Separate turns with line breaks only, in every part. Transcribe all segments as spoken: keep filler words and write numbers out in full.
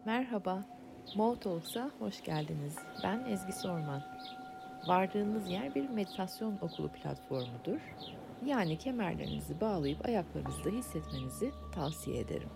Merhaba, Mo Talks'a hoş geldiniz. Ben Ezgi Sorman. Vardığınız yer bir meditasyon okulu platformudur. Yani kemerlerinizi bağlayıp ayaklarınızda hissetmenizi tavsiye ederim.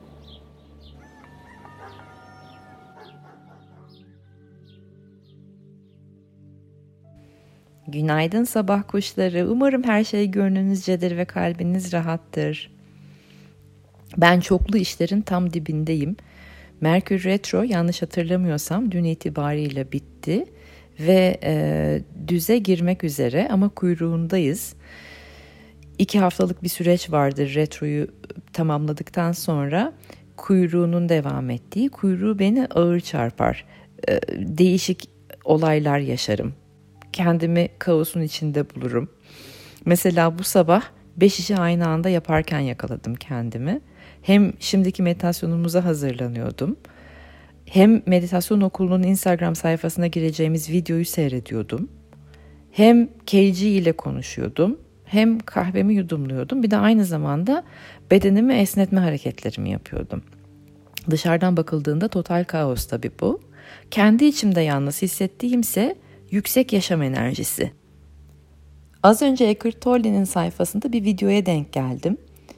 Günaydın sabah kuşları. Umarım her şey gönlünüzcedir ve kalbiniz rahattır. Ben çoklu işlerin tam dibindeyim. Merkür Retro yanlış hatırlamıyorsam dün itibariyle bitti ve e, düze girmek üzere ama kuyruğundayız. İki haftalık bir süreç vardır retroyu tamamladıktan sonra kuyruğunun devam ettiği. Kuyruğu beni ağır çarpar. E, değişik olaylar yaşarım. Kendimi kaosun içinde bulurum. Mesela bu sabah beş işi aynı anda yaparken yakaladım kendimi. Hem şimdiki meditasyonumuza hazırlanıyordum. Hem meditasyon okulunun Instagram sayfasına gireceğimiz videoyu seyrediyordum. Hem K G ile konuşuyordum. Hem kahvemi yudumluyordum. Bir de aynı zamanda bedenimi esnetme hareketlerimi yapıyordum. Dışarıdan bakıldığında total kaos tabii bu. Kendi içimde yalnız hissettiğimse yüksek yaşam enerjisi. Az önce Eckhart Tolle'nin sayfasında bir videoya denk geldim.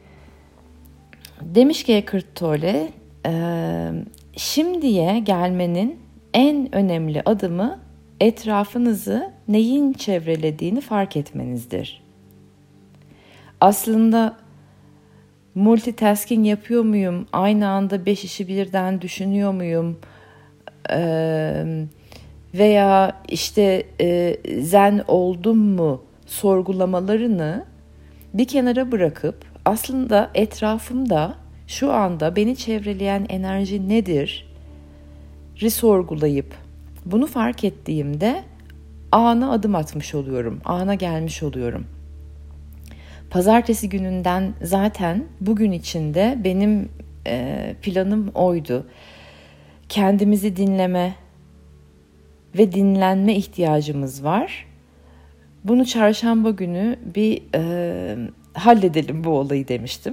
Demiş ki Eckhart Tolle, e, şimdiye gelmenin en önemli adımı etrafınızı neyin çevrelediğini fark etmenizdir. Aslında multitasking yapıyor muyum? Aynı anda beş işi birden düşünüyor muyum? Ee, veya işte e, zen oldum mu sorgulamalarını bir kenara bırakıp aslında etrafımda şu anda beni çevreleyen enerji nedir? ri sorgulayıp bunu fark ettiğimde ana adım atmış oluyorum, ana gelmiş oluyorum. Pazartesi gününden zaten bugün içinde benim e, planım oydu. Kendimizi dinleme ve dinlenme ihtiyacımız var. Bunu çarşamba günü bir e, halledelim bu olayı demiştim.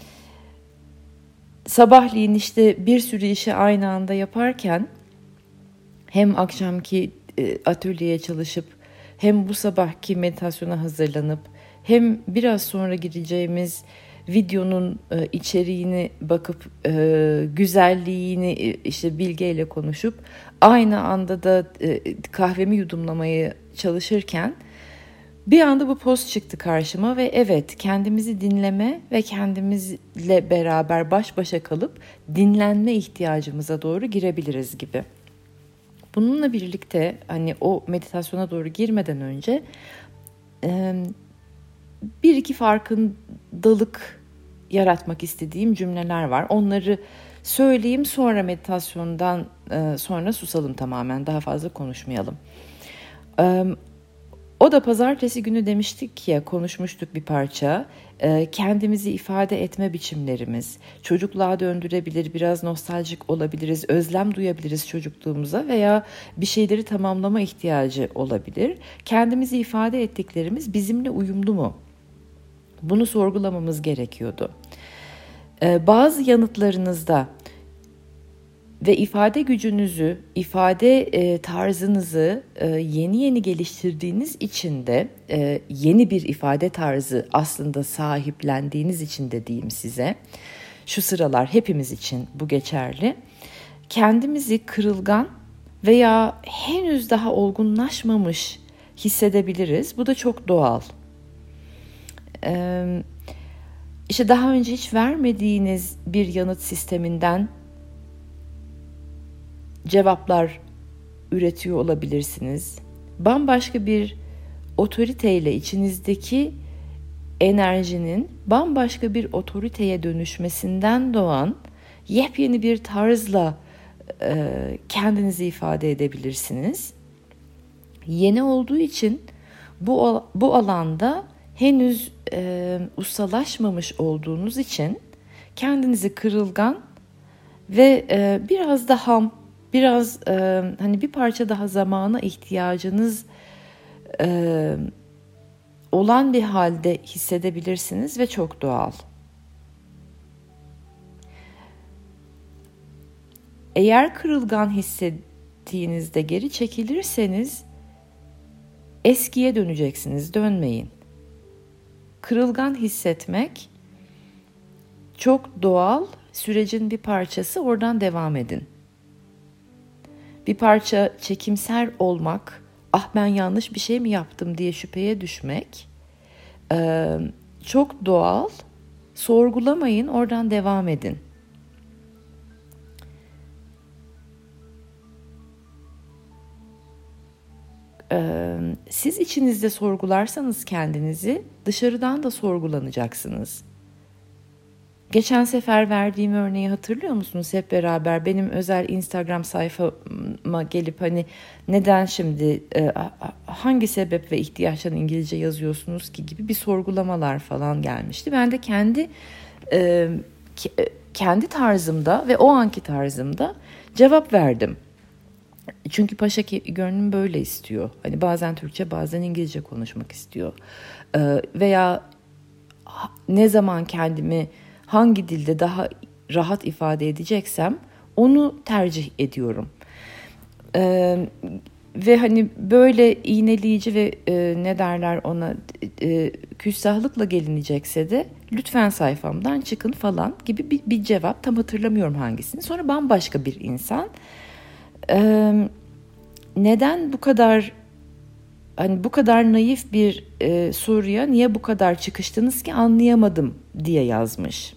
Sabahleyin işte bir sürü işi aynı anda yaparken hem akşamki e, atölyeye çalışıp hem bu sabahki meditasyona hazırlanıp hem biraz sonra gireceğimiz videonun e, içeriğini bakıp e, güzelliğini e, işte Bilge ile konuşup aynı anda da e, kahvemi yudumlamaya çalışırken bir anda bu post çıktı karşıma ve evet, kendimizi dinleme ve kendimizle beraber baş başa kalıp dinlenme ihtiyacımıza doğru girebiliriz gibi. Bununla birlikte hani o meditasyona doğru girmeden önce bir iki farkındalık yaratmak istediğim cümleler var. Onları söyleyeyim, sonra meditasyondan sonra susalım tamamen, daha fazla konuşmayalım. O da pazartesi günü demiştik ya, konuşmuştuk bir parça. Kendimizi ifade etme biçimlerimiz, çocukluğa döndürebilir, biraz nostaljik olabiliriz, özlem duyabiliriz çocukluğumuza veya bir şeyleri tamamlama ihtiyacı olabilir. Kendimizi ifade ettiklerimiz bizimle uyumlu mu? Bunu sorgulamamız gerekiyordu. Bazı yanıtlarınızda ve ifade gücünüzü, ifade e, tarzınızı e, yeni yeni geliştirdiğiniz için de e, yeni bir ifade tarzı aslında sahiplendiğiniz için de diyeyim size. Şu sıralar hepimiz için bu geçerli. Kendimizi kırılgan veya henüz daha olgunlaşmamış hissedebiliriz. Bu da çok doğal. Ee, işte daha önce hiç vermediğiniz bir yanıt sisteminden cevaplar üretiyor olabilirsiniz. Bambaşka bir otoriteyle içinizdeki enerjinin bambaşka bir otoriteye dönüşmesinden doğan yepyeni bir tarzla e, kendinizi ifade edebilirsiniz. Yeni olduğu için bu bu alanda henüz e, ustalaşmamış olduğunuz için kendinizi kırılgan ve e, biraz da ham, biraz e, hani bir parça daha zamana ihtiyacınız e, olan bir halde hissedebilirsiniz ve çok doğal. Eğer kırılgan hissettiğinizde geri çekilirseniz eskiye döneceksiniz, dönmeyin. Kırılgan hissetmek çok doğal, sürecin bir parçası, oradan devam edin. Bir parça çekimser olmak, ah ben yanlış bir şey mi yaptım diye şüpheye düşmek çok doğal. Sorgulamayın, oradan devam edin. Siz içinizde sorgularsanız kendinizi, dışarıdan da sorgulanacaksınız. Geçen sefer verdiğim örneği hatırlıyor musunuz hep beraber? Benim özel Instagram sayfama gelip hani neden şimdi hangi sebep ve ihtiyaçtan İngilizce yazıyorsunuz ki gibi bir sorgulamalar falan gelmişti. Ben de kendi kendi tarzımda ve o anki tarzımda cevap verdim. Çünkü paşa gönlüm böyle istiyor. Hani bazen Türkçe, bazen İngilizce konuşmak istiyor. Ee, veya ne zaman kendimi hangi dilde daha rahat ifade edeceksem onu tercih ediyorum. Ee, ve hani böyle iğneleyici ve e, ne derler ona e, küstahlıkla gelinecekse de lütfen sayfamdan çıkın falan gibi bir, bir cevap. Tam hatırlamıyorum hangisini. Sonra bambaşka bir insan. Ee, neden bu kadar hani bu kadar naif bir e, soruya niye bu kadar çıkıştınız ki anlayamadım diye yazmış.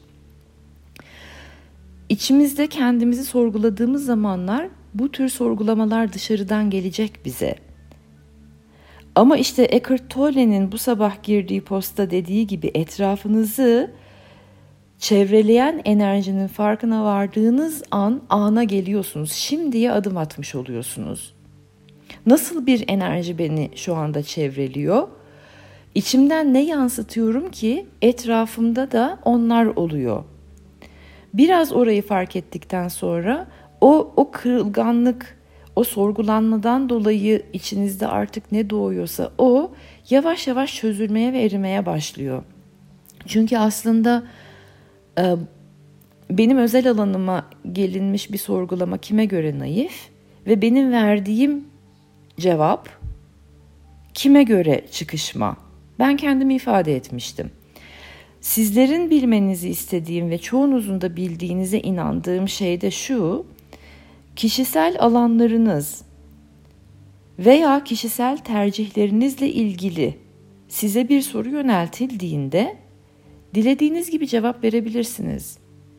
İçimizde kendimizi sorguladığımız zamanlar bu tür sorgulamalar dışarıdan gelecek bize. Ama işte Eckhart Tolle'nin bu sabah girdiği posta dediği gibi etrafınızı çevreleyen enerjinin farkına vardığınız an ana geliyorsunuz. Şimdiye adım atmış oluyorsunuz. Nasıl bir enerji beni şu anda çevreliyor? İçimden ne yansıtıyorum ki etrafımda da onlar oluyor. Biraz orayı fark ettikten sonra o o kırılganlık, o sorgulanmadan dolayı içinizde artık ne doğuyorsa o yavaş yavaş çözülmeye ve erimeye başlıyor. Çünkü aslında e, benim özel alanıma gelinmiş bir sorgulama kime göre naif ve benim verdiğim cevap kime göre çıkışma? Ben kendimi ifade etmiştim. Sizlerin bilmenizi istediğim ve çoğunuzun da bildiğinize inandığım şey de şu: kişisel alanlarınız veya kişisel tercihlerinizle ilgili size bir soru yöneltildiğinde dilediğiniz gibi cevap verebilirsiniz.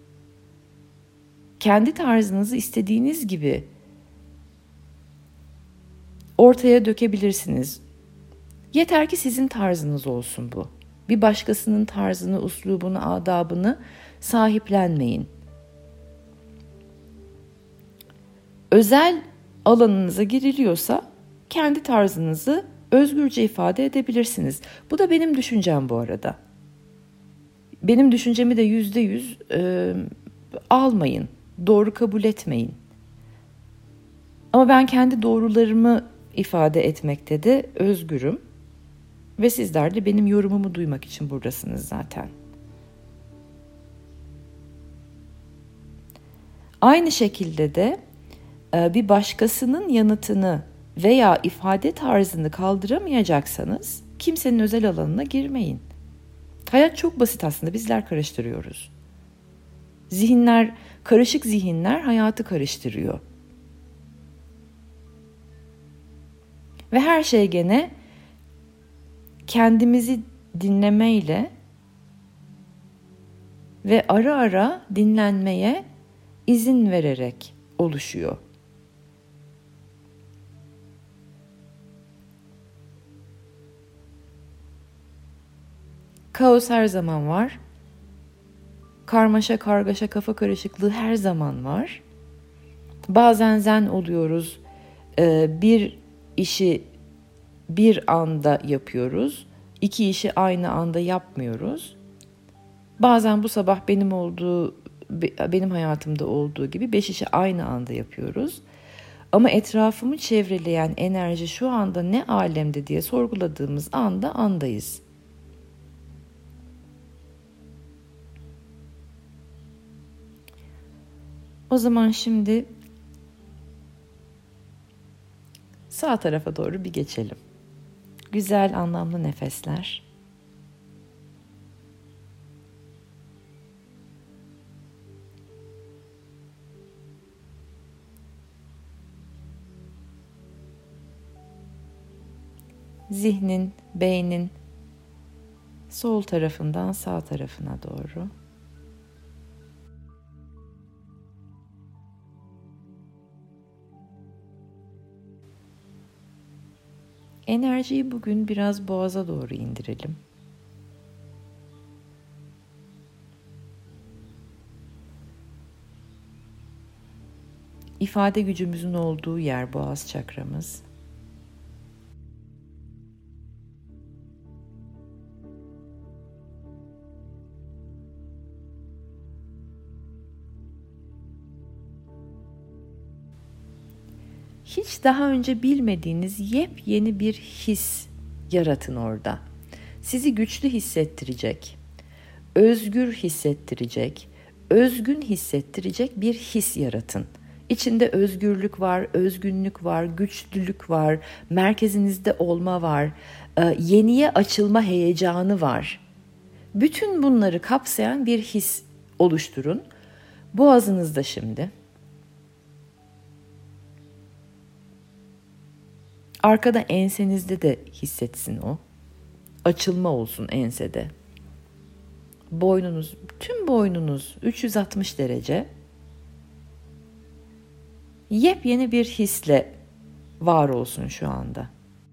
Kendi tarzınızı istediğiniz gibi ortaya dökebilirsiniz. Yeter ki sizin tarzınız olsun bu. Bir başkasının tarzını, uslubunu, adabını sahiplenmeyin. Özel alanınıza giriliyorsa kendi tarzınızı özgürce ifade edebilirsiniz. Bu da benim düşüncem bu arada. Benim düşüncemi de yüzde yüz e, almayın, doğru kabul etmeyin. Ama ben kendi doğrularımı ifade etmekte de özgürüm. Ve sizler de benim yorumumu duymak için buradasınız zaten. Aynı şekilde de bir başkasının yanıtını veya ifade tarzını kaldıramayacaksanız kimsenin özel alanına girmeyin. Hayat çok basit aslında, bizler karıştırıyoruz. Zihinler, karışık zihinler hayatı karıştırıyor. Ve her şey gene kendimizi dinlemeyle ve ara ara dinlenmeye izin vererek oluşuyor. Kaos her zaman var. Karmaşa, kargaşa, kafa karışıklığı her zaman var. Bazen zen oluyoruz. Bir işi bir anda yapıyoruz. İki işi aynı anda yapmıyoruz. Bazen bu sabah benim olduğu, benim hayatımda olduğu gibi beş işi aynı anda yapıyoruz. Ama etrafımı çevreleyen enerji şu anda ne alemde diye sorguladığımız anda andayız. O zaman şimdi Sağ tarafa doğru bir geçelim. Güzel, anlamlı nefesler. Zihnin, beynin sol tarafından sağ tarafına doğru. Enerjiyi bugün biraz boğaza doğru indirelim. İfade gücümüzün olduğu yer boğaz çakramız. Hiç daha önce bilmediğiniz yepyeni bir his yaratın orada. Sizi güçlü hissettirecek, özgür hissettirecek, özgün hissettirecek bir his yaratın. İçinde özgürlük var, özgünlük var, güçlülük var, merkezinizde olma var, yeniye açılma heyecanı var. Bütün bunları kapsayan bir his oluşturun. Boğazınızda şimdi. Arkada ensenizde de hissetsin o. Açılma olsun ensede. Boynunuz, tüm boynunuz üç yüz altmış derece. Yepyeni bir hisle var olsun şu anda.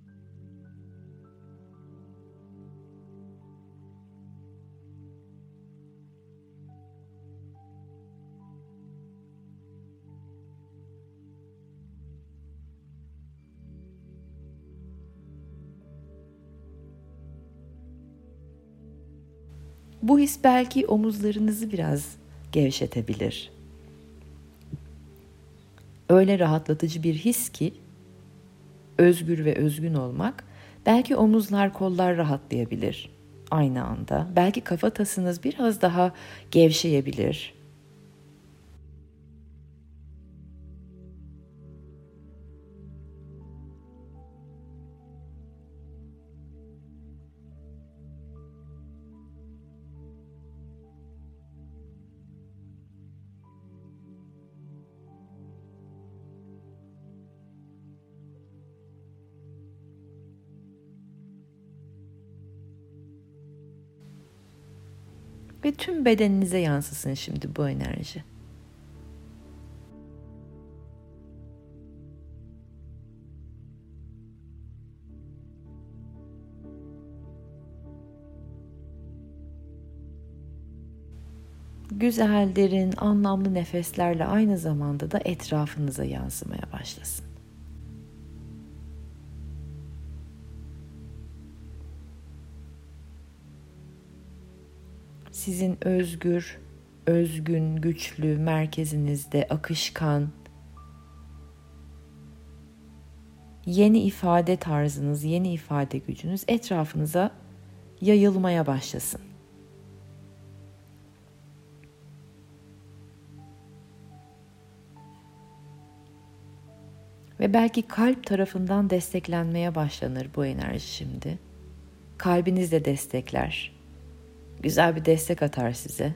Bu his belki omuzlarınızı biraz gevşetebilir. Öyle rahatlatıcı bir his ki, özgür ve özgün olmak, belki omuzlar, kollar rahatlayabilir aynı anda. Belki kafatasınız biraz daha gevşeyebilir. Ve tüm bedeninize yansısın şimdi bu enerji. Güzel, derin, anlamlı nefeslerle aynı zamanda da etrafınıza yansımaya başlasın. Sizin özgür, özgün, güçlü merkezinizde akışkan, yeni ifade tarzınız, yeni ifade gücünüz etrafınıza yayılmaya başlasın. Ve belki kalp tarafından desteklenmeye başlanır bu enerji şimdi. Kalbiniz de destekler. Güzel bir destek atar size.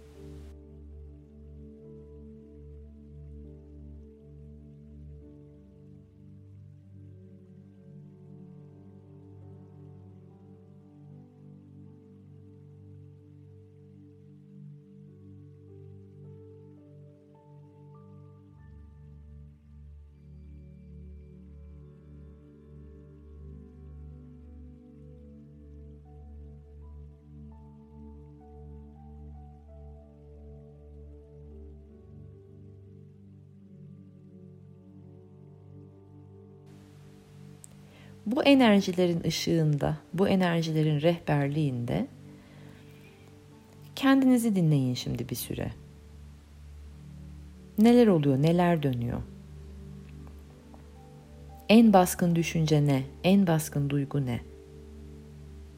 Bu enerjilerin ışığında, bu enerjilerin rehberliğinde kendinizi dinleyin şimdi bir süre. Neler oluyor, neler dönüyor? En baskın düşünce ne? En baskın duygu ne?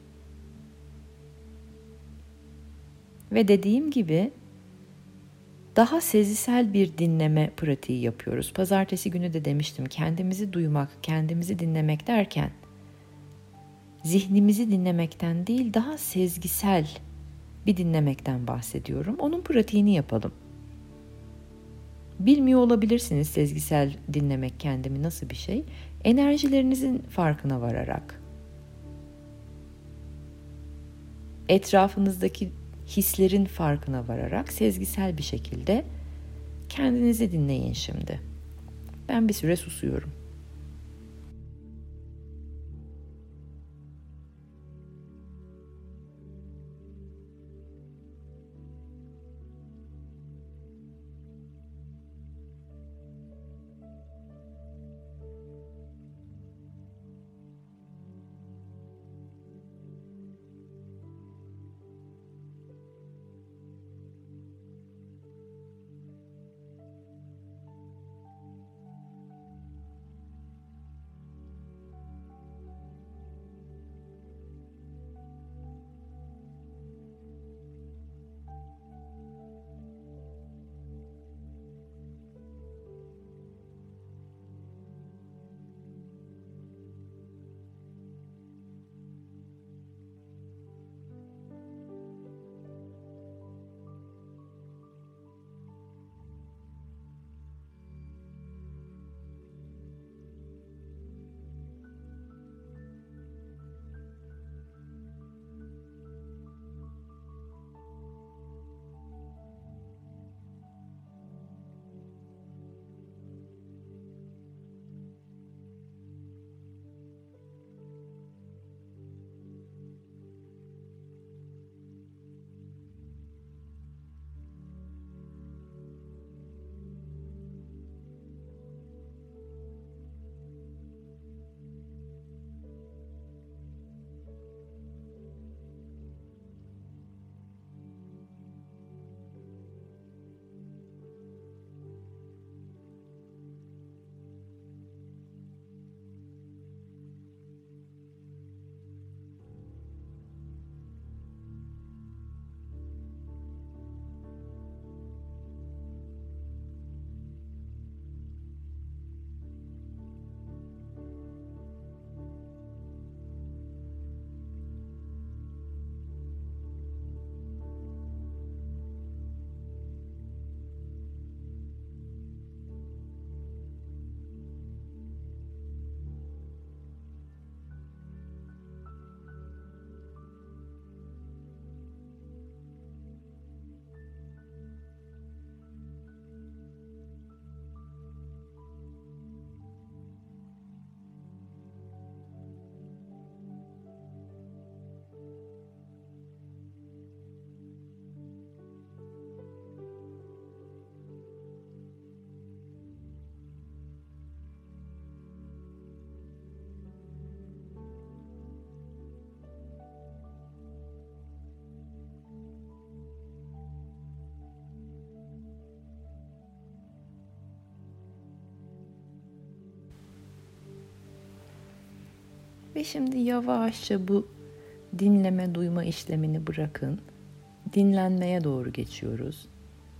Ve dediğim gibi daha sezisel bir dinleme pratiği yapıyoruz. Pazartesi günü de demiştim, kendimizi duymak, kendimizi dinlemek derken zihnimizi dinlemekten değil, daha sezgisel bir dinlemekten bahsediyorum. Onun pratiğini yapalım. Bilmiyor olabilirsiniz sezgisel dinlemek kendimi nasıl bir şey. Enerjilerinizin farkına vararak, etrafınızdaki hislerin farkına vararak sezgisel bir şekilde kendinizi dinleyin şimdi. Ben bir süre susuyorum. Ve şimdi yavaşça bu dinleme, duyma işlemini bırakın. Dinlenmeye doğru geçiyoruz.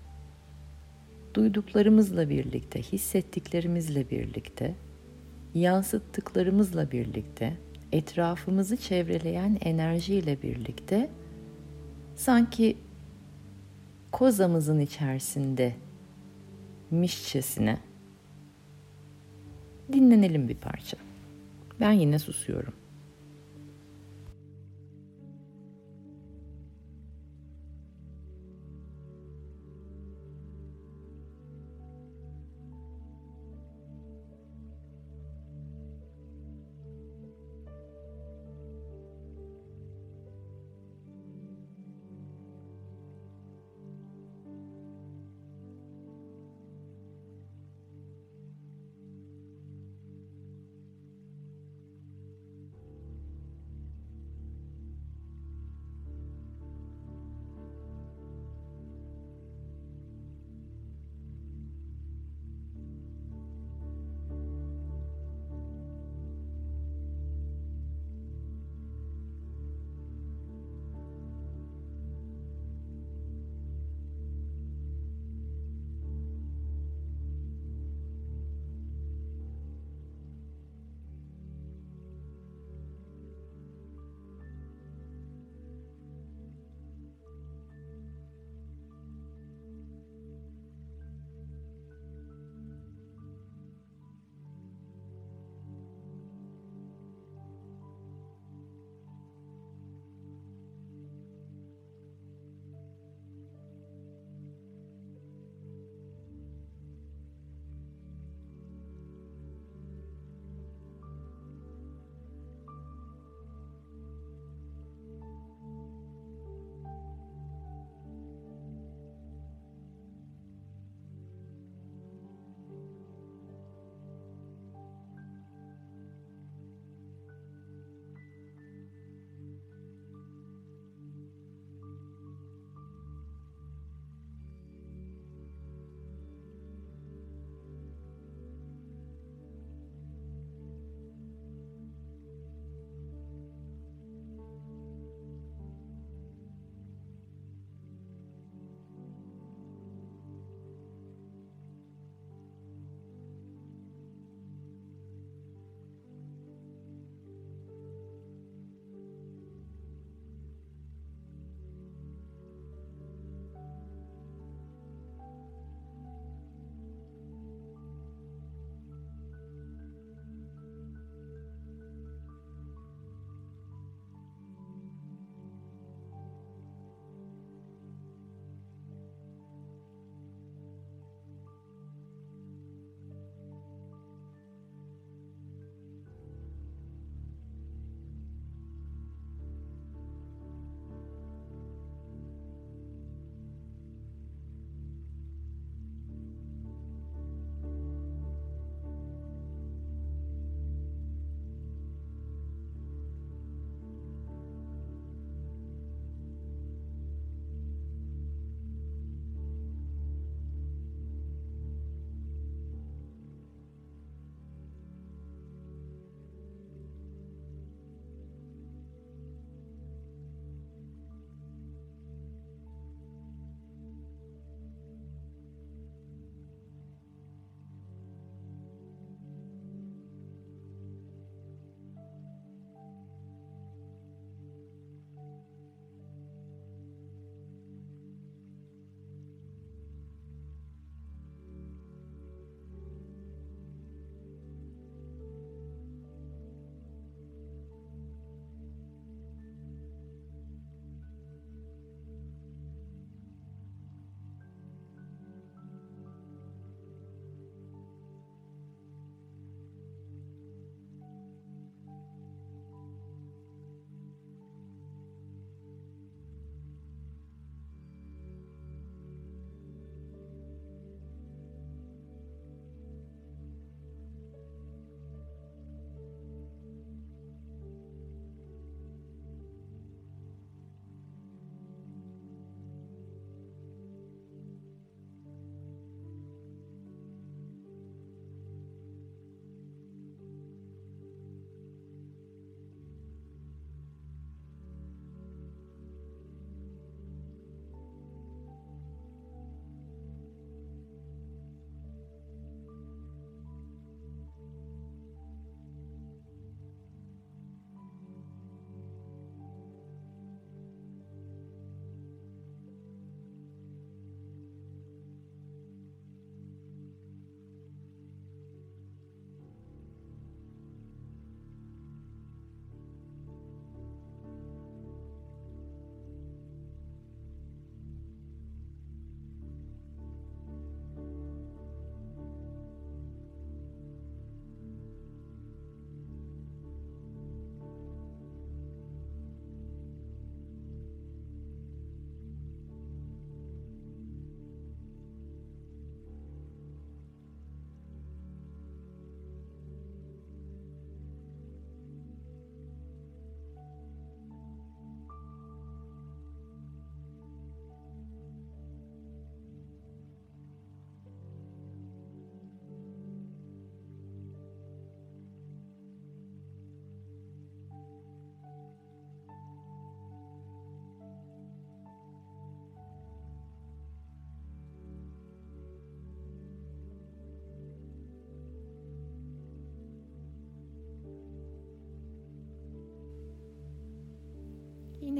Duyduklarımızla birlikte, hissettiklerimizle birlikte, yansıttıklarımızla birlikte, etrafımızı çevreleyen enerjiyle birlikte sanki kozamızın içerisinde mişçesine dinlenelim bir parça. Ben yine susuyorum.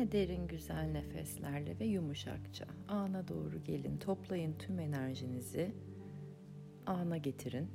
Yine derin güzel nefeslerle ve yumuşakça ana doğru gelin. Toplayın tüm enerjinizi. Ana getirin.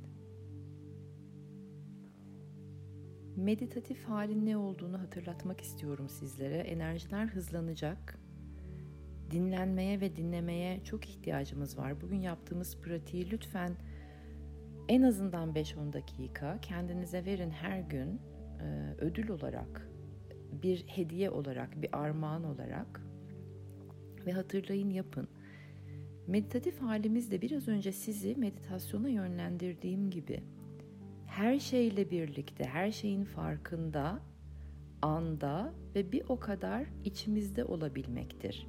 Meditatif halin ne olduğunu hatırlatmak istiyorum sizlere. Enerjiler hızlanacak. Dinlenmeye ve dinlemeye çok ihtiyacımız var. Bugün yaptığımız pratiği lütfen en azından beş on dakika kendinize verin her gün, ödül olarak, bir hediye olarak, bir armağan olarak ve hatırlayın, yapın. Meditatif halimizde biraz önce sizi meditasyona yönlendirdiğim gibi her şeyle birlikte, her şeyin farkında, anda ve bir o kadar içimizde olabilmektir.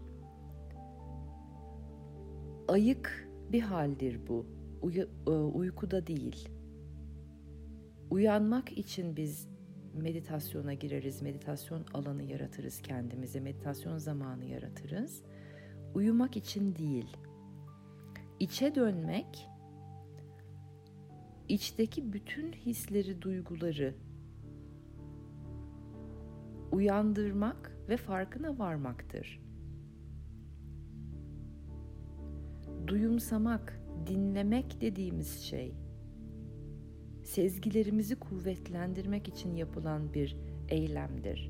Ayık bir haldir bu, Uy- uykuda değil. Uyanmak için biz meditasyona gireriz, meditasyon alanı yaratırız kendimize, meditasyon zamanı yaratırız. Uyumak için değil. İçe dönmek, içteki bütün hisleri, duyguları uyandırmak ve farkına varmaktır. Duyumsamak, dinlemek dediğimiz şey, sezgilerimizi kuvvetlendirmek için yapılan bir eylemdir.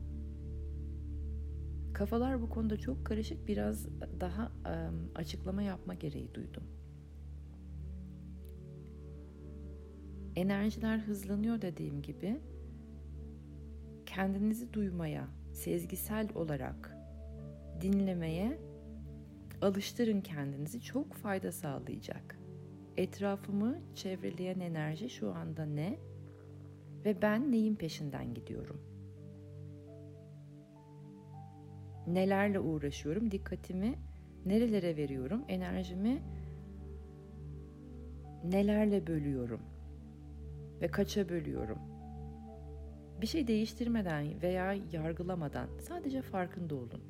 Kafalar bu konuda çok karışık, biraz daha um, açıklama yapma gereği duydum. Enerjiler hızlanıyor dediğim gibi, kendinizi duymaya, sezgisel olarak dinlemeye alıştırın kendinizi, çok fayda sağlayacak. Etrafımı çevreleyen enerji şu anda ne ve ben neyin peşinden gidiyorum? Nelerle uğraşıyorum? Dikkatimi nerelere veriyorum? Enerjimi nelerle bölüyorum? Ve kaça bölüyorum? Bir şey değiştirmeden veya yargılamadan sadece farkında olun.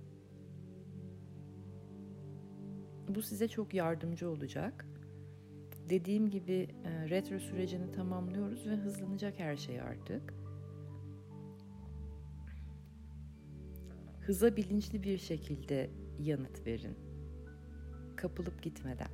Bu size çok yardımcı olacak. Dediğim gibi retro sürecini tamamlıyoruz ve hızlanacak her şey artık. Hıza bilinçli bir şekilde yanıt verin. Kapılıp gitmeden.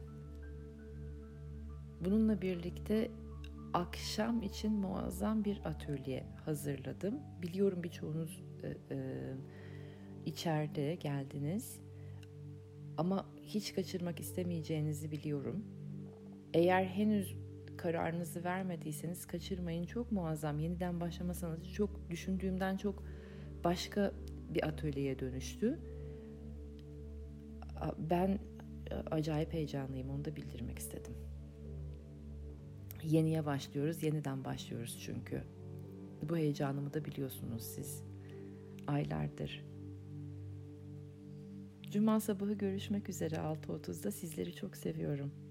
Bununla birlikte akşam için muazzam bir atölye hazırladım. Biliyorum birçoğunuz e, e, içeride geldiniz. Ama hiç kaçırmak istemeyeceğinizi biliyorum. Eğer henüz kararınızı vermediyseniz kaçırmayın. Çok muazzam. Yeniden başlama sanatı çok düşündüğümden çok başka bir atölyeye dönüştü. Ben acayip heyecanlıyım. Onu da bildirmek istedim. Yeniye başlıyoruz. Yeniden başlıyoruz çünkü. Bu heyecanımı da biliyorsunuz siz. Aylardır. Cuma sabahı görüşmek üzere altı otuzda. Sizleri çok seviyorum.